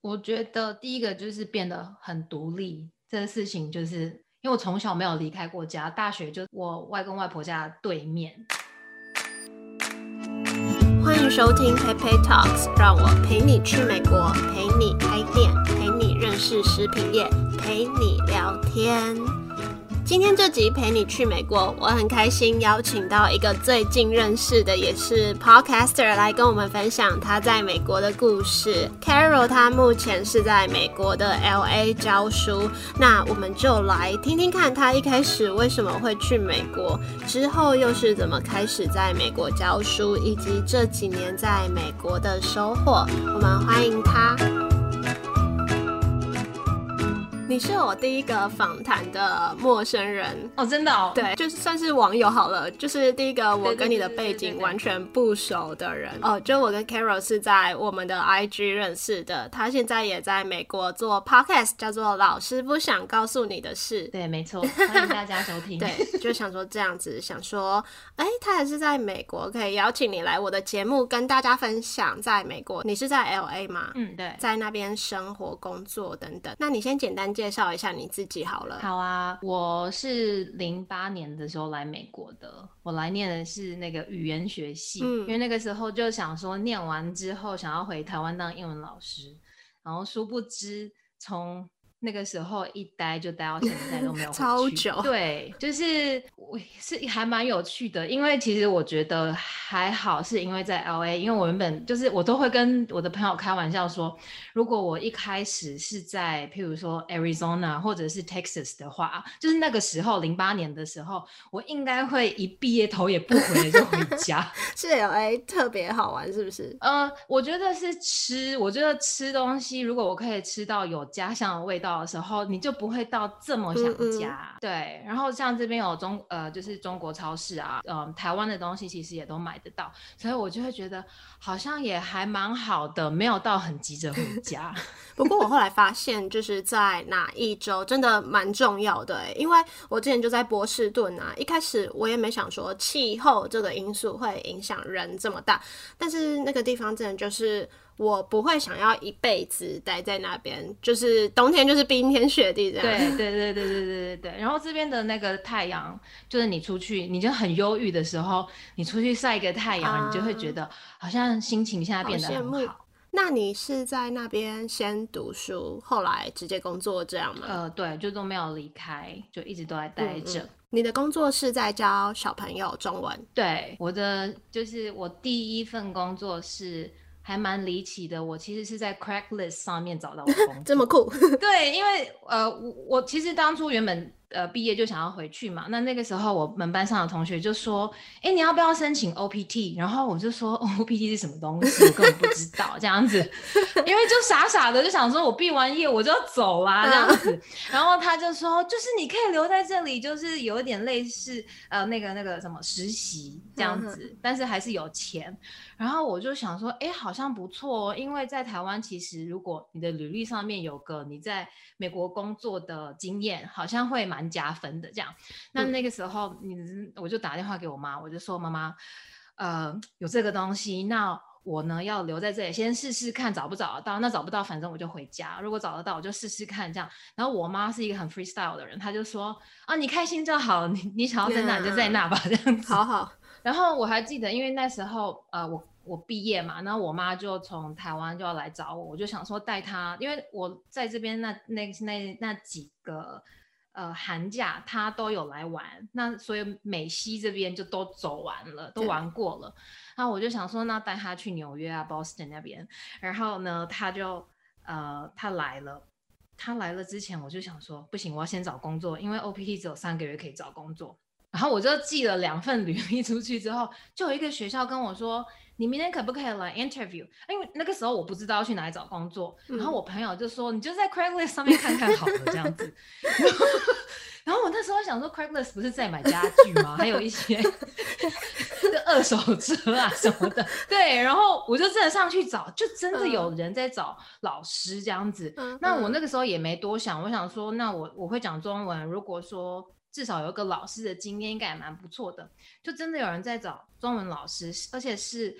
我觉得第一个就是变得很独立，这个事情就是因为我从小没有离开过家，大学就我外公外婆家对面。 欢迎收听 Pepe Talks， 让我陪你去美国，陪你开店，陪你认识食品业，陪你聊天。今天这集陪你去美国，我很开心邀请到一个最近认识的，也是 podcaster 来跟我们分享他在美国的故事。Carol 他目前是在美国的 LA 教书，那我们就来听听看他一开始为什么会去美国，之后又是怎么开始在美国教书，以及这几年在美国的收获。我们欢迎他。你是我第一个访谈的陌生人哦，真的哦？ 对，就是算是网友好了，就是第一个我跟你的背景完全不熟的人哦。就我跟 Carol 是在我们的 IG 认识的，他现在也在美国做 podcast， 叫做老师不想告诉你的事。 对，没错，欢迎大家收听。 对，就想说这样子，想说，他也是在美国，可以邀请你来我的节目跟大家分享在美国。你是在 LA 吗？ 对， 在那边生活、工作等等。那你先简单介绍一下你自己好了。 好啊，我是08年的时候来美国的，我来念的是那个语言学系，因为那个时候就想说念完之后想要回台湾当英文老师，然后殊不知从那个时候一待就待到现在都没有回去超久。 对，就是还蛮有趣的，因为其实我觉得还好，是因为在 LA， 因为我原本就是我都会跟我的朋友开玩笑说，如果我一开始是在譬如说 Arizona 或者是 Texas 的话，就是那个时候08年的时候，我应该会一毕业头也不回的就回家。 是 LA 特别好玩是不是？ 我觉得是吃，我觉得吃东西如果我可以吃到有家乡的味道的时候，你就不会到这么想家。对，然后像这边有就是中国超市啊，台湾的东西其实也都买得到，所以我就会觉得好像也还蛮好的，没有到很急着回家。 不过我后来发现，就是在哪一州真的蛮重要的因为我之前就在波士顿啊，一开始我也没想说气候这个因素会影响人这么大，但是那个地方真的就是我不会想要一辈子待在那边，就是冬天就是冰天雪地这样。 对。然后这边的那个太阳，就是你出去你就很忧郁的时候，你出去晒一个太阳，你就会觉得好像心情现在变得很好。 那你是在那边先读书，后来直接工作这样吗？ 对，就都没有离开，就一直都在待着。 你的工作是在教小朋友中文？ 对，就是我第一份工作是还蛮离奇的，我其实是在 Craigslist 上面找到我的工作。 这么酷？ 对，因为我其实当初原本毕业就想要回去嘛，那个时候我们班上的同学就说，你要不要申请 OPT？ 然后我就说OPT 是什么东西，我根本不知道这样子，因为就傻傻的就想说我毕完业我就要走啦这样子，然后他就说就是你可以留在这里，就是有一点类似那个什么实习这样子，但是还是有钱。然后我就想说好像不错因为在台湾其实如果你的履历上面有个你在美国工作的经验，好像会蛮加分的这样。那个时候我就打电话给我妈，我就说妈妈有这个东西，那我呢要留在这里先试试看找不找得到，那找不到反正我就回家，如果找得到我就试试看这样。然后我妈是一个很 freestyle 的人，她就说你开心就好，你想要在哪你就在哪吧这样子。 好。 然后我还记得因为那时候我毕业嘛，然后我妈就从台湾就要来找我，我就想说带她，因为我在这边那几个寒假她都有来玩，那所以美西这边就都走完了，都玩过了。然后我就想说那带她去纽约啊 Boston 那边，然后呢她就她来了之前我就想说不行，我要先找工作，因为 OPT 只有3个月可以找工作。然后我就寄了2份履历出去之后，就有一个学校跟我说你明天可不可以来 interview， 因为那个时候我不知道要去哪里找工作，然后我朋友就说你就在 Craigslist 上面看看好了这样子。然后我那时候想说 Craigslist 不是在买家具吗？还有一些二手车啊什么的。对，然后我就真的上去找，就真的有人在找老师这样子。那我那个时候也没多想，我想说那我会讲中文，如果说至少有一个老师的经验应该也蛮不错的，就真的有人在找中文老师，而且是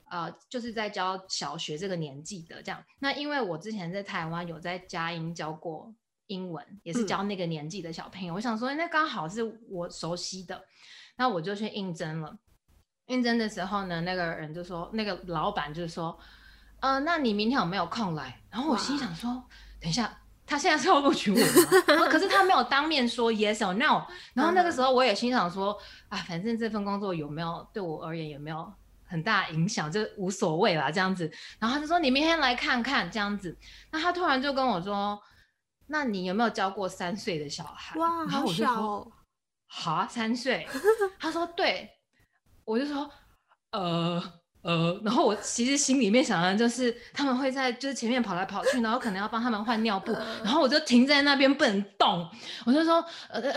就是在教小学这个年纪的这样。那因为我之前在台湾有在佳音教过英文，也是教那个年纪的小朋友，我想说那刚好是我熟悉的，那我就去应征了。应征的时候呢，那个人就说，那个老板就说那你明天有没有空来？然后我心想说等一下，他现在是要录取我吗？可是他没有当面说 yes or no。 然后那个时候我也心想说反正这份工作有没有对我而言有没有很大影响就无所谓啦这样子。然后他就说你明天来看看这样子。那他突然就跟我说，那你有没有教过3岁的小孩？ 哇， 然后我就说好小哦。 哈，3岁？他说对。我就说然后我其实心里面想的就是他们会在就是前面跑来跑去，然后可能要帮他们换尿布，然后我就停在那边不能动。我就说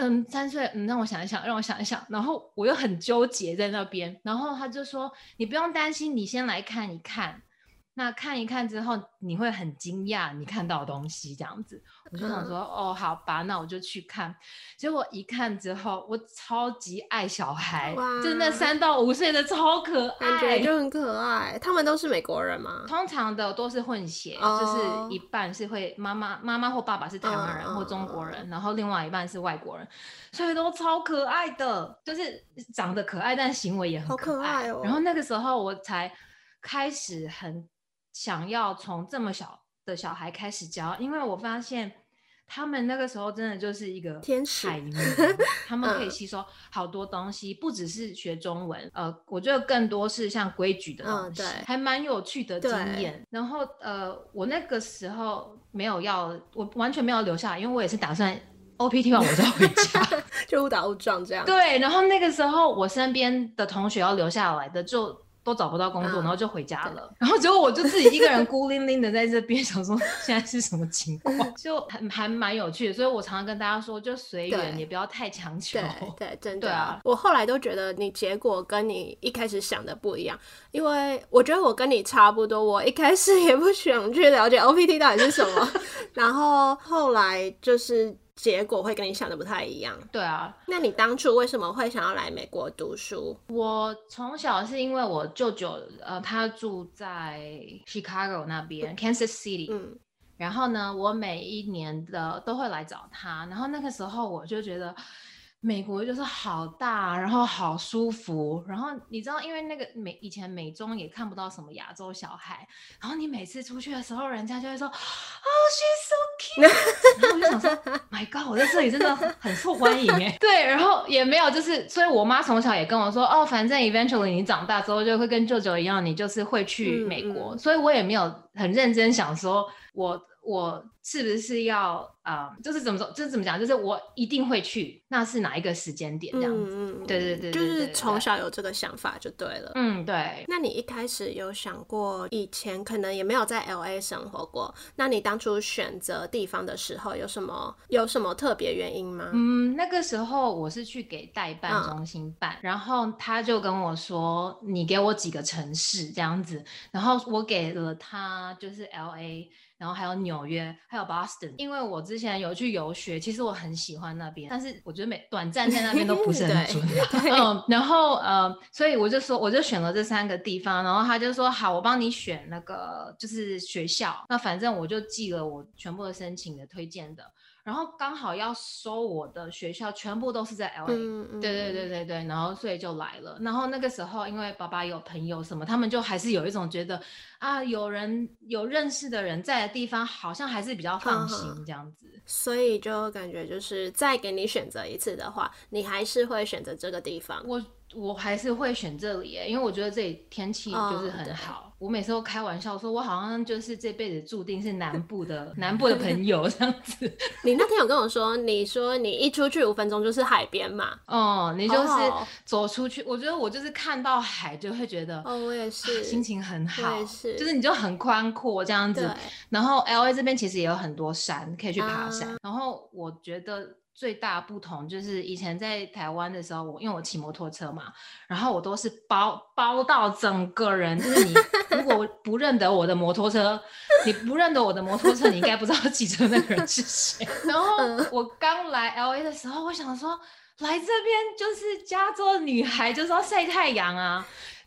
3岁，让我想一想，让我想一想。然后我又很纠结在那边，然后他就说你不用担心，你先来看一看，那看一看之后你会很惊讶你看到的东西这样子。我就想说好吧，那我就去看。结果一看之后，我超级爱小孩，就是那3到5岁的超可爱， 感觉就很可爱。他们都是美国人吗？ 通常的都是混血，就是一半是会妈妈或爸爸是台湾人或中国人，然后另外一半是外国人，所以都超可爱的，就是长得可爱但行为也很可爱。 好可爱哦。 然后那个时候我才开始很想要从这么小的小孩开始教，因为我发现他们那个时候真的就是一个天使海绵他们可以吸收好多东西，不只是学中文，我觉得更多是像规矩的东西，还蛮有趣的经验。然后我那个时候没有我完全没有留下来，因为我也是打算 OPT 完我就要回家就误打误撞这样。 对，然后那个时候我身边的同学要留下来的就都找不到工作，然后就回家了。然后结果我就自己一个人孤零零的在这边，想说现在是什么情况，就还蛮有趣的。所以我常常跟大家说，就随缘，也不要太强求。 对，真的。 对啊， 我后来都觉得你结果跟你一开始想的不一样，因为我觉得我跟你差不多，我一开始也不想去了解 OPT 到底是什么，然后后来就是结果会跟你想的不太一样。 对啊， 那你当初为什么会想要来美国读书？ 我从小是因为我舅舅他住在 Chicago 那边Kansas City，然后呢我每一年的都会来找他，然后那个时候我就觉得美国就是好大，然后好舒服，然后你知道因为那个以前美中也看不到什么亚洲小孩，然后你每次出去的时候人家就会说she's so cute 然后我就想说My God 我在这里真的很受欢迎耶对，然后也没有就是所以我妈从小也跟我说反正 eventually 你长大之后就会跟舅舅一样，你就是会去美国，所以我也没有很认真想说我是不是要就是怎么说，就是怎么讲，就是我一定会去，那是哪一个时间点这样子。对， 就是从小有这个想法就对了。 对。 那你一开始有想过以前可能也没有在 LA 生活过，那你当初选择地方的时候有什么特别原因吗？ 那个时候我是去给代办中心办，然后他就跟我说你给我几个城市这样子，然后我给了他就是 LA，然后还有纽约还有 Boston， 因为我之前有去游学，其实我很喜欢那边，但是我觉得短暂在那边都不是很准然后所以我就选了这3个地方，然后他就说好我帮你选那个就是学校，那反正我就寄了我全部的申请的推荐的，然后刚好要收我的学校全部都是在 LA，对，然后所以就来了。然后那个时候因为爸爸有朋友什么，他们就还是有一种觉得有认识的人在的地方好像还是比较放心这样子， 所以就感觉就是再给你选择一次的话，你还是会选择这个地方。 我还是会选这里耶，因为我觉得这里天气就是很好，我每次都开玩笑说我好像就是这辈子注定是南部的朋友这样子你那天有跟我说，你说你一出去5分钟就是海边嘛， 你就是走出去，我觉得我就是看到海就会觉得我也是心情很好， 我也是， 就是你就很宽阔这样子。然后 LA 这边其实也有很多山可以去爬山，然后我觉得最大不同就是以前在台湾的时候，因为我骑摩托车嘛，然后我都是包到整个人，就是你如果不认得我的摩托车你应该不知道骑车那个人是谁然后我刚来 LA 的时候，我想说来这边就是加州女孩就是要晒太阳啊，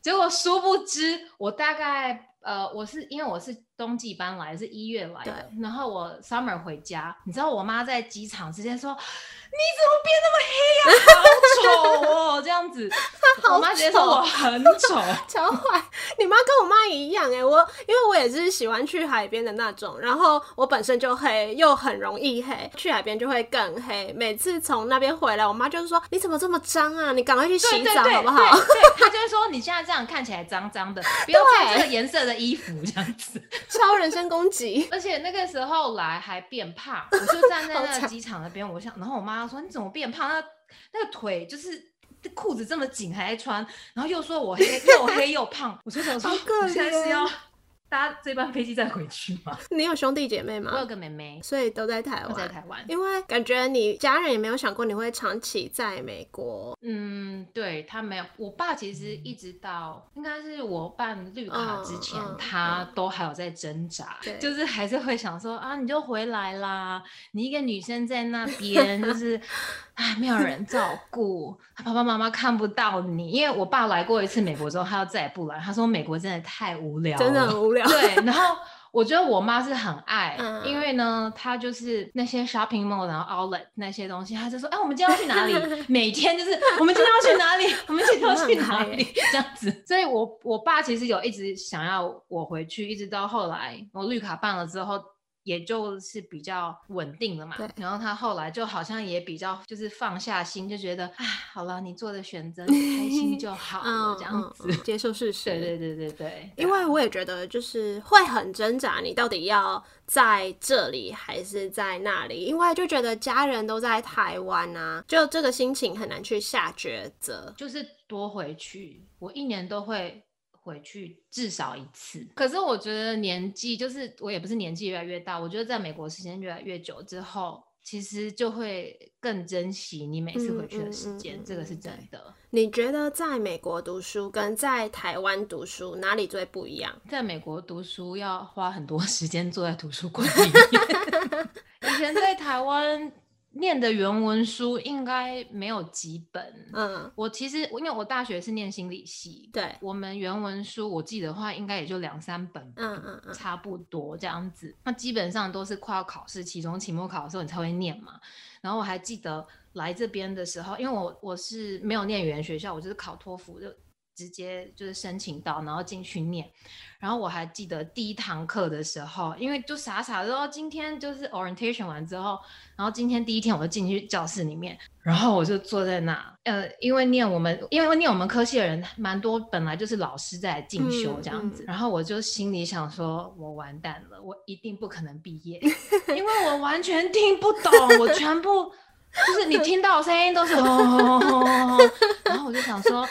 结果殊不知我大概因为我是冬季班来，是1月来的，然后我 summer 回家，你知道我妈在机场直接说你怎么变那么黑啊，好丑哦这样子我妈直接说我很丑超坏。你妈跟我妈一样因为我也是喜欢去海边的那种，然后我本身就黑又很容易黑，去海边就会更黑，每次从那边回来我妈就是说你怎么这么脏啊，你赶快去洗澡好不好？ 对，她就会说你现在这样看起来脏脏的，不要穿这个颜色的衣服这样子超人身攻击而且那个时候来还变胖，我就站在那个机场那边然后我妈说你怎么变胖，那个腿就是裤子这么紧还在穿，然后又说我又黑又胖，我就想说我现在是要搭这班飞机再回去吗？ 你有兄弟姐妹吗？ 我有个妹妹， 所以都在台湾。 我在台湾， 因为感觉你家人也没有想过你会长期在美国。 对，他没有。我爸其实一直到应该是我办绿卡之前，他都还有在挣扎，就是还是会想说啊，你就回来啦，你一个女生在那边就是没有人照顾，爸爸妈妈看不到你。因为我爸来过一次美国之后，他要再也不来，他说美国真的太无聊了， 真的很无聊。 对，然后我觉得我妈是很爱，因为呢，她就是那些 shopping mall 然后 outlet 那些东西，她就说，我们今天要去哪里？每天就是我们今天要去哪里？我们今天要去哪里？这样子。所以我爸其实有一直想要我回去，一直到后来我绿卡办了之后。也就是比较稳定了嘛，然后他后来就好像也比较就是放下心，就觉得好了，你做的选择你开心就好了这样子接受事实。 对， 因为我也觉得就是会很挣扎，你到底要在这里还是在那里，因为就觉得家人都在台湾啊，就这个心情很难去下抉择， 就是多回去，我1年都会回去至少1次。可是我觉得年纪就是我也不是年纪越来越大，我觉得在美国时间越来越久之后，其实就会更珍惜你每次回去的时间，这个是真的。 你觉得在美国读书跟在台湾读书哪里最不一样？ 在美国读书要花很多时间坐在图书馆里面以前在台湾念的原文书应该没有几本，我其实因为我大学是念心理系，对，我们原文书我记得的话应该也就2-3本，差不多这样子。那基本上都是快要考试期中期末考的时候你才会念嘛。然后我还记得来这边的时候，因为我是没有念语言学校，我就是考托福就直接就是申请到，然后进去念。然后我还记得第1堂课的时候，因为就傻傻的今天就是 orientation 完之后，然后今天第1天我就进去教室里面，然后我就坐在那，因为念我们科系的人蛮多，本来就是老师在进修这样子，然后我就心里想说，我完蛋了，我一定不可能毕业，因为我完全听不懂，我全部。就是你听到的声音都是然后我就想说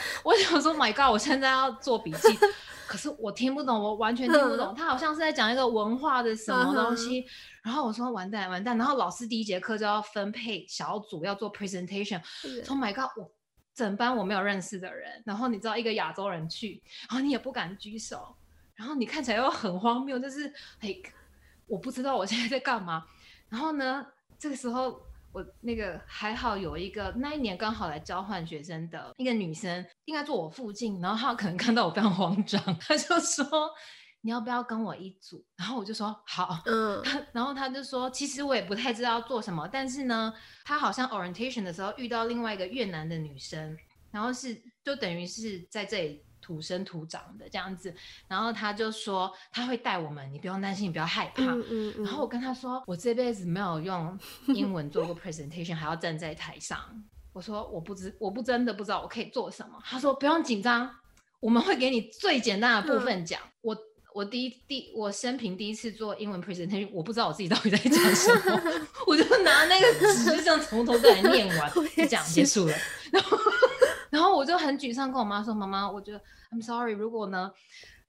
My God 我现在要做笔记，可是我听不懂，我完全听不懂，他好像是在讲一个文化的什么东西，然后我说完蛋，然后老师第1节课就要分配小组要做 presentation， 说 My God 我整班我没有认识的人，然后你知道一个亚洲人去，然后你也不敢举手，然后你看起来又很荒谬，就是我不知道我现在在干嘛。然后呢这个时候我那个还好有一个那一年刚好来交换学生的一个女生，应该坐我附近，然后她可能看到我非常慌张，她就说你要不要跟我一组，然后我就说好，然后她就说其实我也不太知道要做什么，但是呢她好像 orientation 的时候遇到另外一个越南的女生，然后就等于是在这里土生土长的这样子，然后他就说他会带我们，你不用担心，你不要害怕。然后我跟他说我这辈子没有用英文做过 presentation 还要站在台上，我说我真的不知道我可以做什么。他说不用紧张，我们会给你最简单的部分讲。我生平第1次做英文 presentation， 我不知道我自己到底在讲什么我就拿那个纸就这样从头再来念完就讲结束了然后我就很沮丧跟我妈说，妈妈我觉得 I'm sorry， 如果呢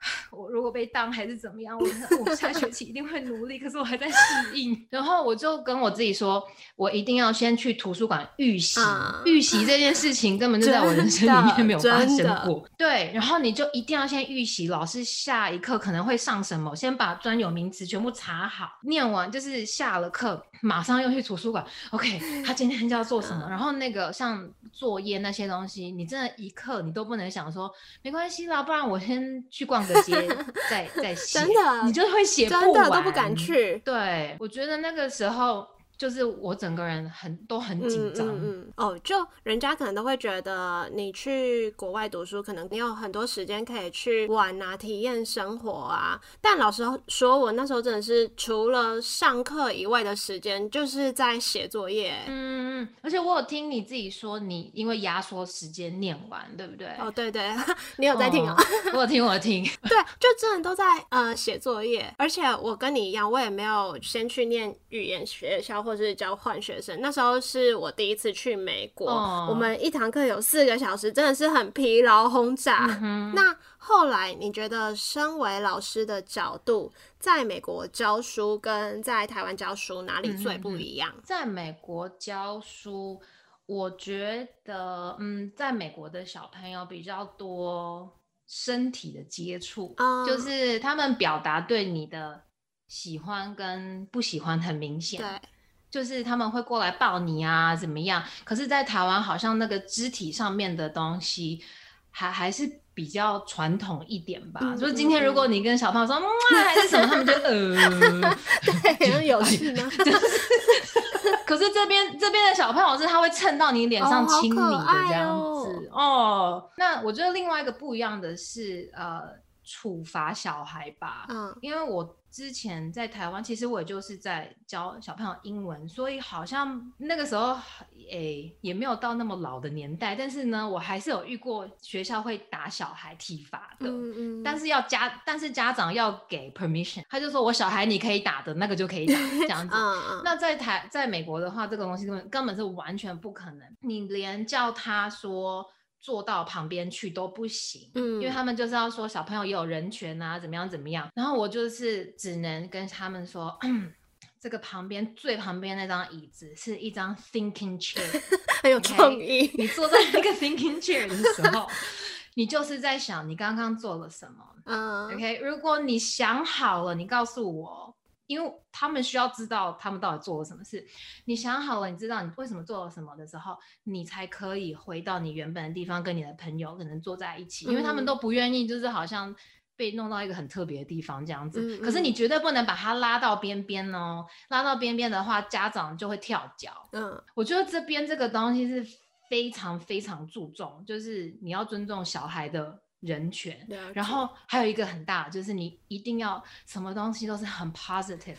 我如果被当还是怎么样，我下学期一定会努力，可是我还在适应。然后我就跟我自己说，我一定要先去图书馆预习。预习这件事情根本就在我人生里面没有发生过。对，然后你就一定要先预习老师下一课可能会上什么，先把专有名词全部查好，念完就是下了课马上又去图书馆 OK 他今天就要做什么。然后那个像作业那些东西，你真的一刻你都不能想说没关系啦，不然我先去逛个街再写。真的你就会写不完， 真的都不敢去。 对，我觉得那个时候就是我整个人都很紧张。 就人家可能都会觉得你去国外读书可能你有很多时间可以去玩啊，体验生活啊，但老实说我那时候真的是除了上课以外的时间就是在写作业。 而且我有听你自己说你因为压缩时间念完，对不对？ 对对你有在听哦？ 我有听对，就真的都在写作业。而且我跟你一样，我也没有先去念语言学校或是交换学生，那时候是我第一次去美国。我们一堂课有4个小时，真的是很疲劳轰炸。那后来你觉得身为老师的角度，在美国教书跟在台湾教书哪里最不一样？ 在美国教书我觉得在美国的小朋友比较多身体的接触，就是他们表达对你的喜欢跟不喜欢很明显。对，就是他们会过来抱你啊怎么样。可是在台湾好像那个肢体上面的东西还是比较传统一点吧。就是今天如果你跟小朋友说还是什么，他们就对，很有趣吗？ 可是这边的小朋友是他会蹭到你脸上亲你的这样子。那我觉得另外一个不一样的是处罚小孩吧。因为我之前在台湾其实我也就是在教小朋友英文，所以好像那个时候也没有到那么老的年代，但是呢我还是有遇过学校会打小孩体罚的。但是家长要给 permission， 他就说我小孩你可以打的那个就可以打这样子。那在美国的话，这个东西根本是完全不可能，你连叫他说坐到旁边去都不行。因为他们就是要说小朋友也有人权啊怎么样怎么样。然后我就是只能跟他们说这个最旁边那张椅子是一张 thinking chair 很有创意。 你坐在那个 thinking chair 的时候你就是在想你刚刚做了什么。OK， 如果你想好了你告诉我，因为他们需要知道他们到底做了什么事。你想好了，你知道你为什么做了什么的时候，你才可以回到你原本的地方跟你的朋友可能坐在一起。因为他们都不愿意就是好像被弄到一个很特别的地方这样子。可是你绝对不能把它拉到边边哦，拉到边边的话家长就会跳脚。我觉得这边这个东西是非常非常注重，就是你要尊重小孩的人权。然后还有一个很大就是你一定要什么东西都是很 positive。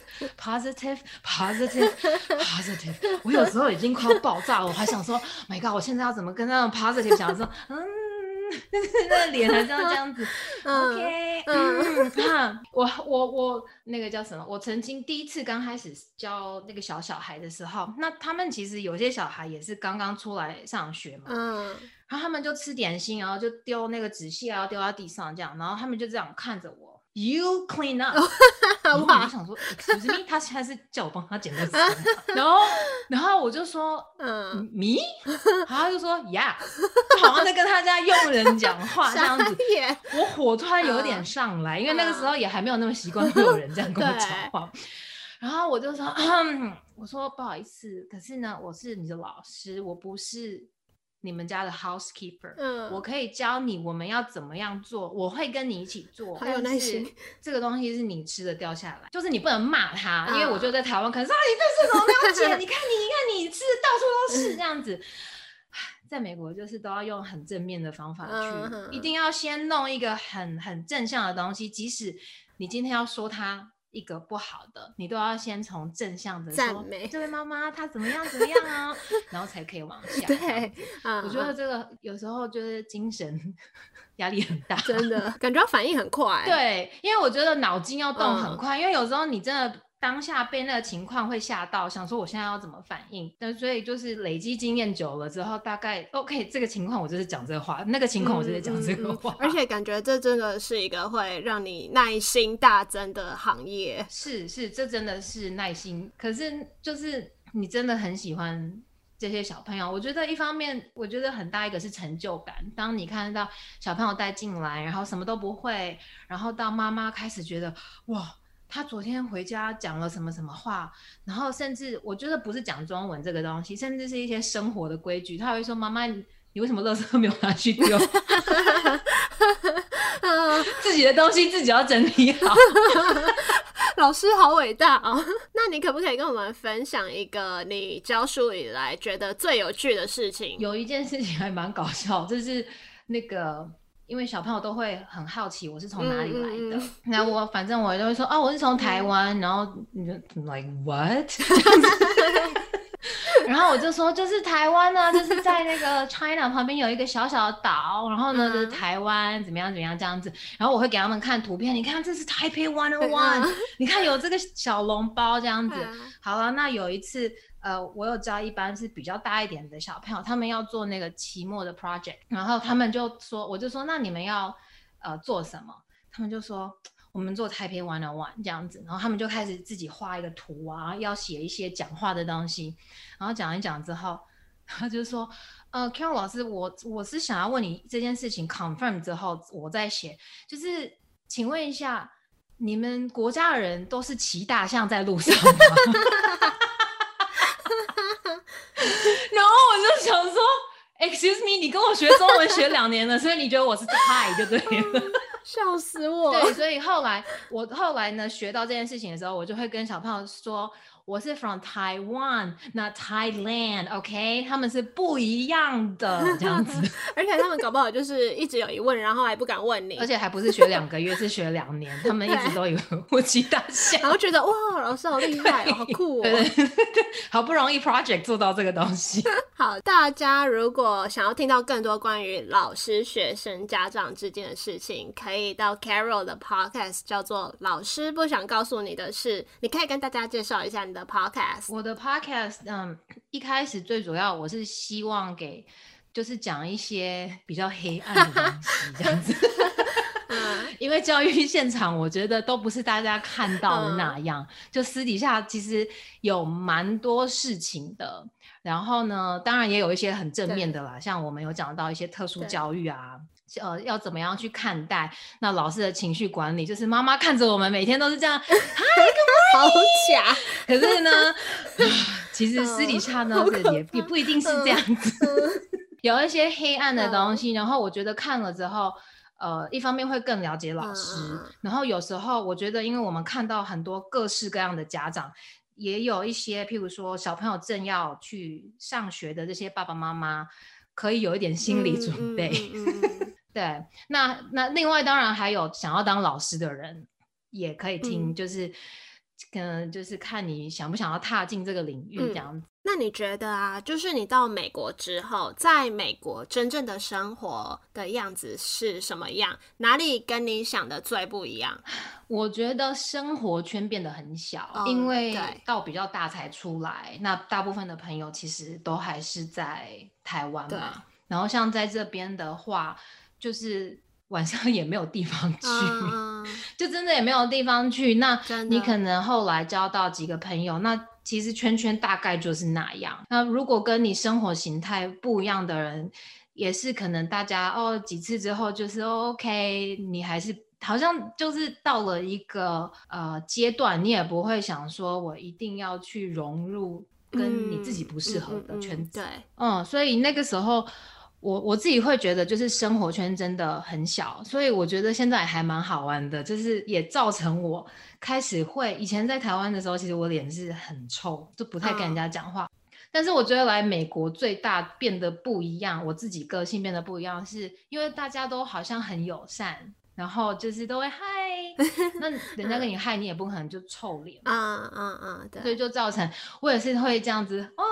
我有时候已经快要爆炸了，我还想说 my god 我现在要怎么跟那种 positive 想说那脸还是要这样子。OK， 我那个叫什么？我曾经第一次刚开始教那个小孩的时候，那他们其实有些小孩也是刚刚出来上学嘛。然后他们就吃点心，然后就丢那个纸屑啊丢到地上这样，然后他们就这样看着我 ，You clean up。然后我就想说 ，Excuse me， 他现在是叫我帮他捡垃圾。然后我就说，Me？ 然后他就说 ，Yeah， 就好像在跟他家佣人讲话这样子。我火突然有点上来，因为那个时候也还没有那么习惯会有人这样跟我讲话。然后我就说，我说不好意思，可是呢，我是你的老师，我不是你们家的 housekeeper。我可以教你我们要怎么样做，我会跟你一起做。 很有耐心。 这个东西是你吃的掉下来，就是你不能骂他。因为我就在台湾可能说你这是怎么了解你看你吃的到处都是这样子。在美国就是都要用很正面的方法去，一定要先弄一个很正向的东西，即使你今天要说他一个不好的，你都要先从正向的说这位妈妈她怎么样啊然后才可以往下。对，我觉得这个有时候就是精神压力很大， 真的感觉要反应很快。 对，因为我觉得脑筋要动很快。因为有时候你真的当下被那个情况会吓到，想说我现在要怎么反应。但所以就是累积经验久了之后，大概 OK， 这个情况我就是讲这个话，那个情况我就是讲这个话。 而且感觉这真的是一个会让你耐心大增的行业。 是，这真的是耐心。可是就是你真的很喜欢这些小朋友，我觉得一方面我觉得很大一个是成就感，当你看到小朋友带进来，然后什么都不会，然后到妈妈开始觉得哇他昨天回家讲了什么什么话，然后甚至我觉得不是讲中文这个东西，甚至是一些生活的规矩，他会说妈妈你为什么垃圾没有拿去丢自己的东西自己要整理好老师好伟大哦！那你可不可以跟我们分享一个你教书以来觉得最有趣的事情？ 有一件事情还蛮搞笑，就是那个因为小朋友都会很好奇我是从哪里来的，那我反正我就会说我是从台湾，然后你就 like what 然后我就说就是台湾呢，就是在那个 China 旁边有一个小小的岛，然后呢就是台湾怎么样怎么样这样子，然后我会给他们看图片，你看这是 Taipei 101你看有这个小笼包这样子。好了，那有一次我有教一班是比较大一点的小朋友，他们要做那个期末的 project， 然后他们就说，我就说那你们要做什么，他们就说我们做Taipei 101这样子，然后他们就开始自己画一个图啊，要写一些讲话的东西，然后讲一讲之后他就说Carol 老师我是想要问你这件事情 confirm 之后我再写，就是请问一下你们国家的人都是骑大象在路上吗然后我就想说 excuse me 你跟我学中文学2年了所以你觉得我是Thai就对了笑死我。 对，所以我后来呢学到这件事情的时候，我就会跟小朋友说我是 from Taiwan not Thailand OK 他们是不一样的这样子而且他们搞不好就是一直有疑问然后还不敢问你， 而且还不是学2个月是学2年他们一直都以为我骑大象然后觉得哇老师好厉害好酷对好不容易 project 做到这个东西好，大家如果想要听到更多关于老师学生家长之间的事情，可以到 Carol 的 podcast 叫做老师不想告诉你的事，你可以跟大家介绍一下你的 podcast。 我的 podcast 一开始最主要我是希望给就是讲一些比较黑暗的东西这样子因为教育现场我觉得都不是大家看到的那样就私底下其实有蛮多事情的，然后呢当然也有一些很正面的啦，像我们有讲到一些特殊教育啊要怎么样去看待那老师的情绪管理，就是妈妈看着我们每天都是这样Hi good morning 好假可是呢其实私底下呢也不一定是这样子有一些黑暗的东西然后我觉得看了之后一方面会更了解老师然后有时候我觉得因为我们看到很多各式各样的家长，也有一些譬如说小朋友正要去上学的这些爸爸妈妈可以有一点心理准备对，那另外当然还有想要当老师的人也可以听就是就是看你想不想要踏进这个领域这样子。 那你觉得啊，就是你到美国之后，在美国真正的生活的样子是什么样？哪里跟你想的最不一样？ 我觉得生活圈变得很小因为到比较大才出来，那大部分的朋友其实都还是在台湾嘛，然后像在这边的话就是晚上也没有地方去就真的也没有地方去，那你可能后来交到几个朋友，那其实圈圈大概就是那样，那如果跟你生活形态不一样的人也是可能大家几次之后就是OK 你还是好像就是到了一个阶段，你也不会想说我一定要去融入跟你自己不适合的圈子所以那个时候我自己会觉得就是生活圈真的很小，所以我觉得现在还蛮好玩的，就是也造成我开始会以前在台湾的时候其实我脸是很臭就不太跟人家讲话但是我觉得来美国最大变得不一样，我自己个性变得不一样是因为大家都好像很友善，然后就是都会嗨那人家跟你嗨你也不可能就臭脸对，所以就造成我也是会这样子嗨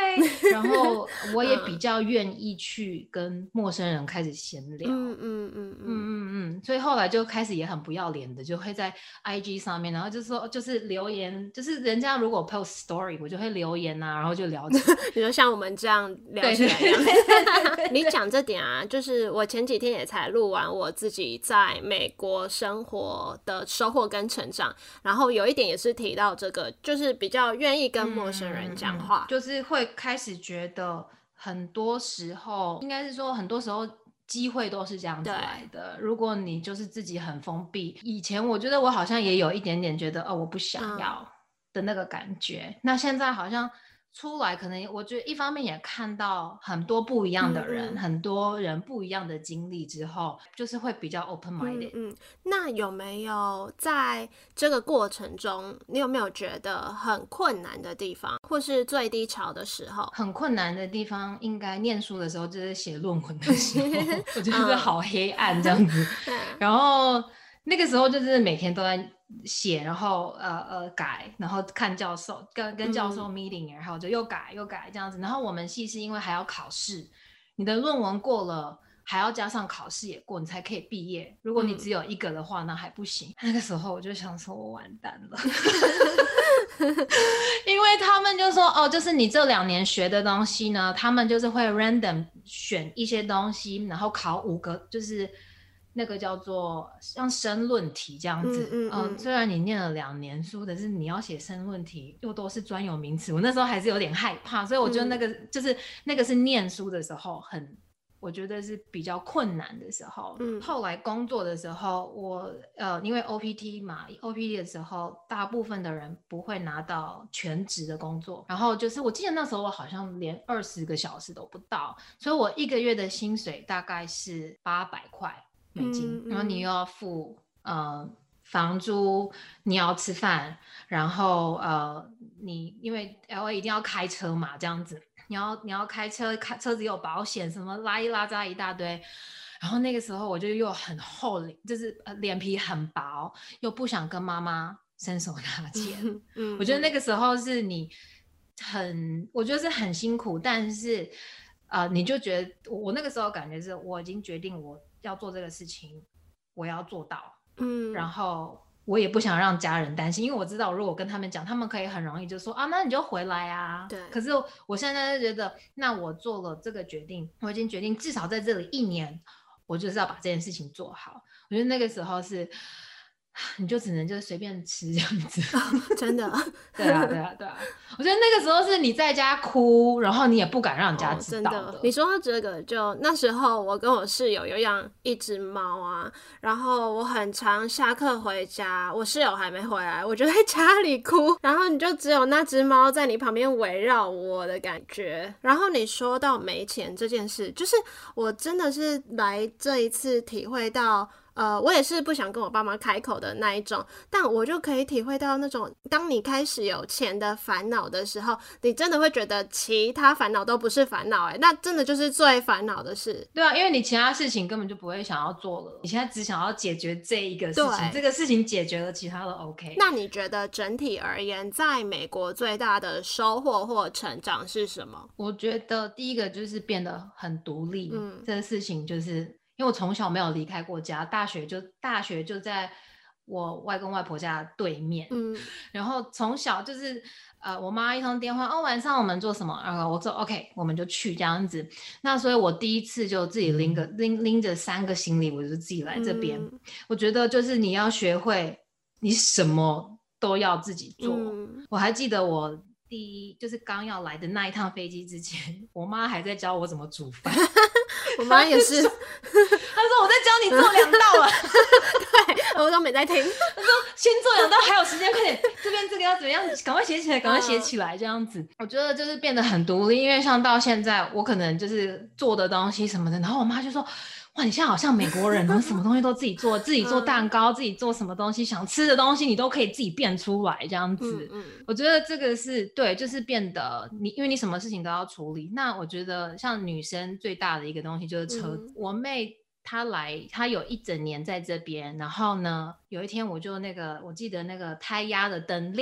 然后我也比较愿意去跟陌生人开始闲聊，所以后来就开始也很不要脸的，就会在 IG 上面，然后就说就是留言，就是人家如果 post story， 我就会留言啊，然后就聊起来。 你说像我们这样聊起来一样。你讲这点啊，就是我前几天也才录完我自己在美国生活的收获跟成长，然后有一点也是提到这个，就是比较愿意跟陌生人讲话， 就是会开始觉得很多时候，应该是说很多时候机会都是这样子来的。如果你就是自己很封闭，以前我觉得我好像也有一点点觉得我不想要的那个感觉，那现在好像出来，可能我觉得一方面也看到很多不一样的人，很多人不一样的经历之后，就是会比较 open minded。 那有没有在这个过程中，你有没有觉得很困难的地方，或是最低潮的时候？ 很困难的地方，应该念书的时候就是写论文的时候，我觉得好黑暗这样子。然后那个时候就是每天都在写，然后改，然后看教授跟教授 meeting，然后就又改这样子。然后我们系是因为还要考试，你的论文过了还要加上考试也过，你才可以毕业。如果你只有一个的话，那还不行。那个时候我就想说，我完蛋了。因为他们就说就是你这2年学的东西呢，他们就是会 random 选一些东西，然后考5个，就是那个叫做像申论题这样子。虽然你念了2年书，但是你要写申论题又都是专有名词，我那时候还是有点害怕，所以我觉得那个、就是那个是念书的时候我觉得是比较困难的时候。后来工作的时候，我因为 OPT 嘛 ，OPT 的时候，大部分的人不会拿到全职的工作，然后就是我记得那时候我好像连20个小时都不到，所以我1个月的薪水大概是800块美金，然后你又要付房租，你要吃饭，然后你因为 LA 一定要开车嘛，这样子。你要开车，车子有保险，什么拉一拉扎一大堆。然后那个时候我就又很厚脸，就是脸皮很薄，又不想跟妈妈伸手拿钱。我觉得那个时候是你我觉得是很辛苦，但是你就觉得我那个时候感觉是我已经决定我要做这个事情，我要做到。然后我也不想让家人担心，因为我知道如果跟他们讲，他们可以很容易就说那你就回来啊。 对。 可是我现在就觉得，那我做了这个决定，我已经决定至少在这里1年，我就是要把这件事情做好。我觉得那个时候是，你就只能就随便吃这样子。 真的。 对啊。我觉得那个时候是你在家哭，然后你也不敢让人家知道的。 真的，你说到这个，就那时候我跟我室友有养一只猫啊，然后我很常下课回家，我室友还没回来，我就在家里哭，然后你就只有那只猫在你旁边围绕我的感觉。然后你说到没钱这件事，就是我真的是来这一次体会到我也是不想跟我爸妈开口的那一种，但我就可以体会到那种当你开始有钱的烦恼的时候，你真的会觉得其他烦恼都不是烦恼，那真的就是最烦恼的事。 对啊，因为你其他事情根本就不会想要做了，你现在只想要解决这一个事情，这个事情解决了，其他的 OK。 那你觉得整体而言在美国最大的收获或成长是什么？ 我觉得第一个就是变得很独立。这个事情就是因为我从小没有离开过家，大学就在我外公外婆家对面。然后从小就是我妈一通电话，晚上我们做什么，我说 OK 我们就去这样子。那所以我第一次就自己拎着3个行李，我就自己来这边。我觉得就是你要学会你什么都要自己做。我还记得我就是刚要来的那一趟飞机之前，我妈还在教我怎么煮饭。 我妈也是。她说我在教你做2道了。 对，我都没在听。 她说先做2道，还有时间，快点，这边这个要怎么样，赶快写起来这样子。我觉得就是变得很独立，因为像到现在我可能就是做的东西什么的，然后我妈就说哇，你现在好像美国人，然后什么东西都自己做，自己做蛋糕，自己做什么东西，想吃的东西你都可以自己变出来这样子。我觉得这个是对，就是变得因为你什么事情都要处理。那我觉得像女生最大的一个东西就是车子。我妹她有1整年在这边，然后呢有一天我记得那个胎压的灯亮了，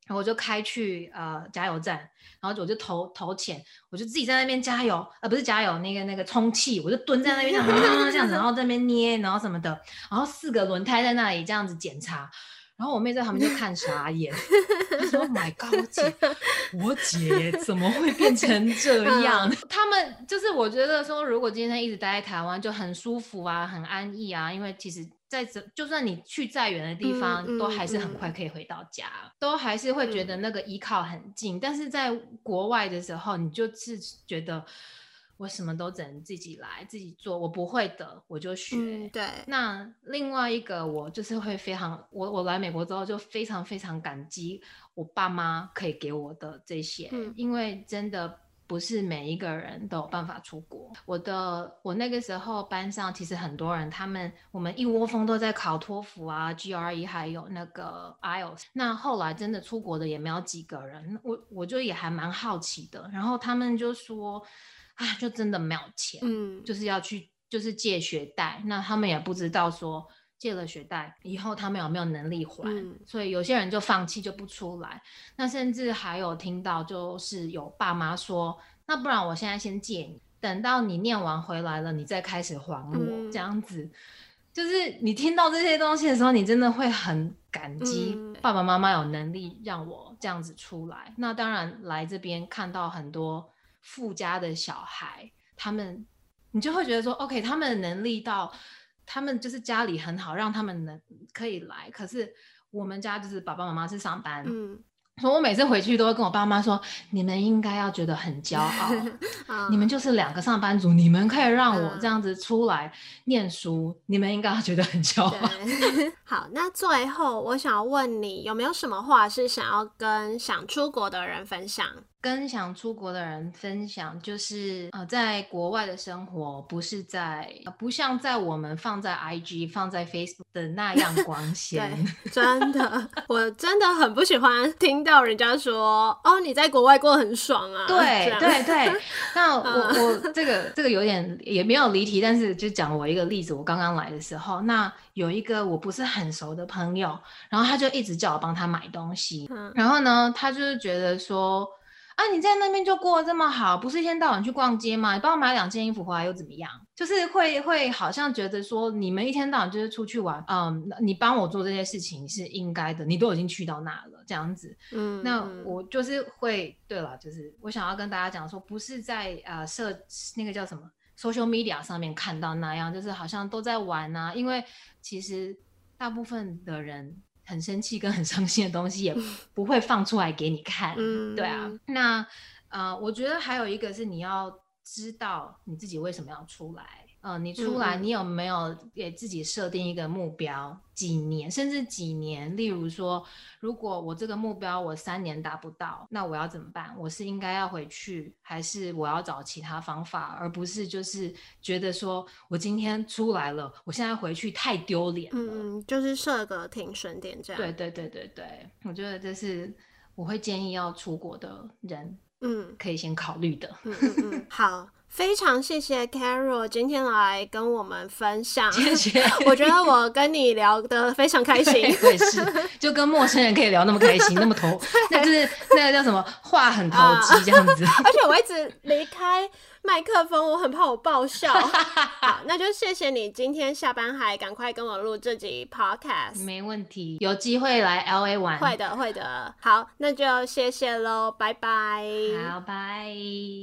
然后我就开去加油站，然后我就投钱，我就自己在那边加油，不是加油，那个充气，我就蹲在那边这样子，然后在那边捏，然后什么的，然后4个轮胎在那里这样子检查，然后我妹在旁边就看傻眼，她说 ：“Oh my god， 我姐怎么会变成这样？”他们就是我觉得说，如果今天一直待在台湾就很舒服啊，很安逸啊，因为其实就算你去再远的地方，都还是很快可以回到家，都还是会觉得那个依靠很近。但是在国外的时候，你就是觉得我什么都只能自己来自己做，我不会的我就学。 对。 那另外一个我就是会非常，我来美国之后就非常非常感激我爸妈可以给我的这些，因为真的不是每一个人都有办法出国。我那个时候班上其实很多人，我们一窝蜂都在考托福啊、GRE 还有那个 IELTS。那后来真的出国的也没有几个人，我就也还蛮好奇的。然后他们就说，就真的没有钱，就是要去就是借学贷。那他们也不知道说借了学贷以后他们有没有能力还，所以有些人就放弃就不出来。那甚至还有听到就是有爸妈说，那不然我现在先借你，等到你念完回来了你再开始还我，这样子。就是你听到这些东西的时候，你真的会很感激爸爸妈妈有能力让我这样子出来。那当然来这边看到很多富家的小孩，你就会觉得说 OK， 他们的能力到他们就是家里很好，让他们可以来。可是我们家就是爸爸妈妈是上班，所以我每次回去都会跟我爸妈说，你们应该要觉得很骄傲你们就是2个上班族，你们可以让我这样子出来念书，你们应该要觉得很骄傲好，那最后我想要问你，有没有什么话是想要跟想出国的人分享？ 跟想出国的人分享，就是在国外的生活不像在我们放在 IG 放在 Facebook 的那样光鲜对，真的我真的很不喜欢听到人家说你在国外过得很爽啊。 对对对那我这个有点也没有离题，但是就讲我一个例子。我刚刚来的时候，那有一个我不是很熟的朋友，然后他就一直叫我帮他买东西，然后呢他就是觉得说你在那边就过得这么好，不是一天到晚去逛街吗？你帮我买2件衣服回来又怎么样？就是会好像觉得说你们一天到晚就是出去玩，你帮我做这些事情是应该的，你都已经去到那了这样子。那我就是会，对了，就是我想要跟大家讲说，不是在那个叫什么 social media 上面看到那样，就是好像都在玩啊，因为其实大部分的人很生气跟很伤心的东西也不会放出来给你看对啊。那我觉得还有一个是你要知道你自己为什么要出来。你出来你有没有给自己设定一个目标，几年甚至几年？例如说如果我这个目标我3年达不到，那我要怎么办？我是应该要回去，还是我要找其他方法，而不是就是觉得说我今天出来了，我现在回去太丢脸了。 就是设个停损点这样。 对对对对对，我觉得这是我会建议要出国的人可以先考虑的。 好，非常谢谢 Carol 今天来跟我们分享。 谢谢我觉得我跟你聊得非常开心我也是，就跟陌生人可以聊那么开心那么那就是那个叫什么话很投机这样子而且我一直离开麦克风，我很怕我爆笑好，那就谢谢你今天下班还赶快跟我录这集 podcast。 没问题，有机会来 LA 玩。 会的会的。好，那就谢谢咯，拜拜。 好，拜。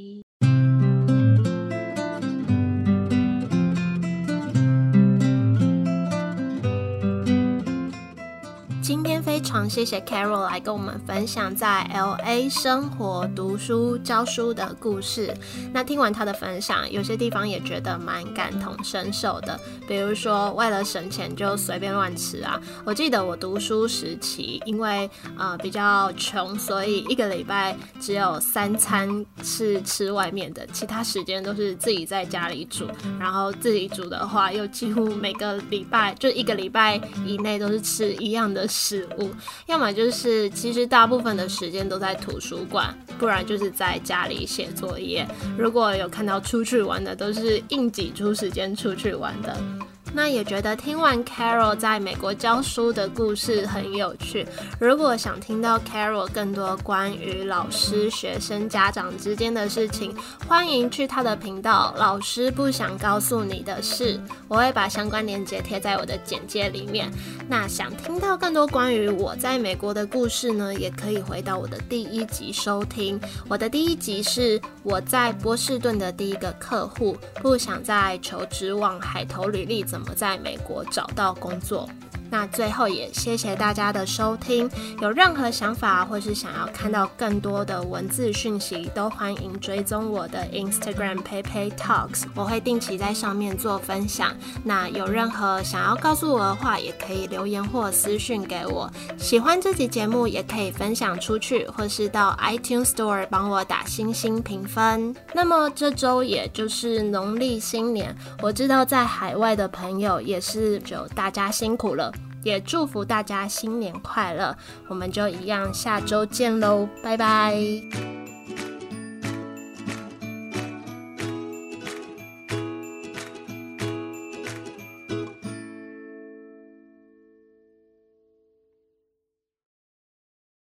今天非常谢谢 Carol 来跟我们分享在 LA 生活、读书、教书的故事。那听完她的分享，有些地方也觉得蛮感同身受的，比如说为了省钱就随便乱吃啊。我记得我读书时期，因为比较穷，所以1个礼拜只有3餐是吃外面的，其他时间都是自己在家里煮。然后自己煮的话，又几乎每个礼拜就1个礼拜以内都是吃一样的食物，要么就是其实大部分的时间都在图书馆，不然就是在家里写作业。如果有看到出去玩的，都是硬挤出时间出去玩的。 那也觉得听完 Carol 在美国教书的故事很有趣。如果想听到 Carol 更多关于老师、学生、家长之间的事情，欢迎去她的频道老师不想告诉你的事，我会把相关链接贴在我的简介里面。那想听到更多关于我在美国的故事呢，也可以回到我的第1集收听。我的第1集是我在波士顿的第一个客户，不想在求职网海投履历怎么在美国找到工作。那最后也谢谢大家的收听，有任何想法或是想要看到更多的文字讯息，都欢迎追踪我的 Instagram PeiPei Talks， 我会定期在上面做分享。那有任何想要告诉我的话，也可以留言或私讯给我。喜欢这集节目也可以分享出去，或是到 iTunes Store 帮我打星星评分。那么这周也就是农历新年，我知道在海外的朋友也是就大家辛苦了，也祝福大家新年快乐，我们就一样下周见喽，拜拜。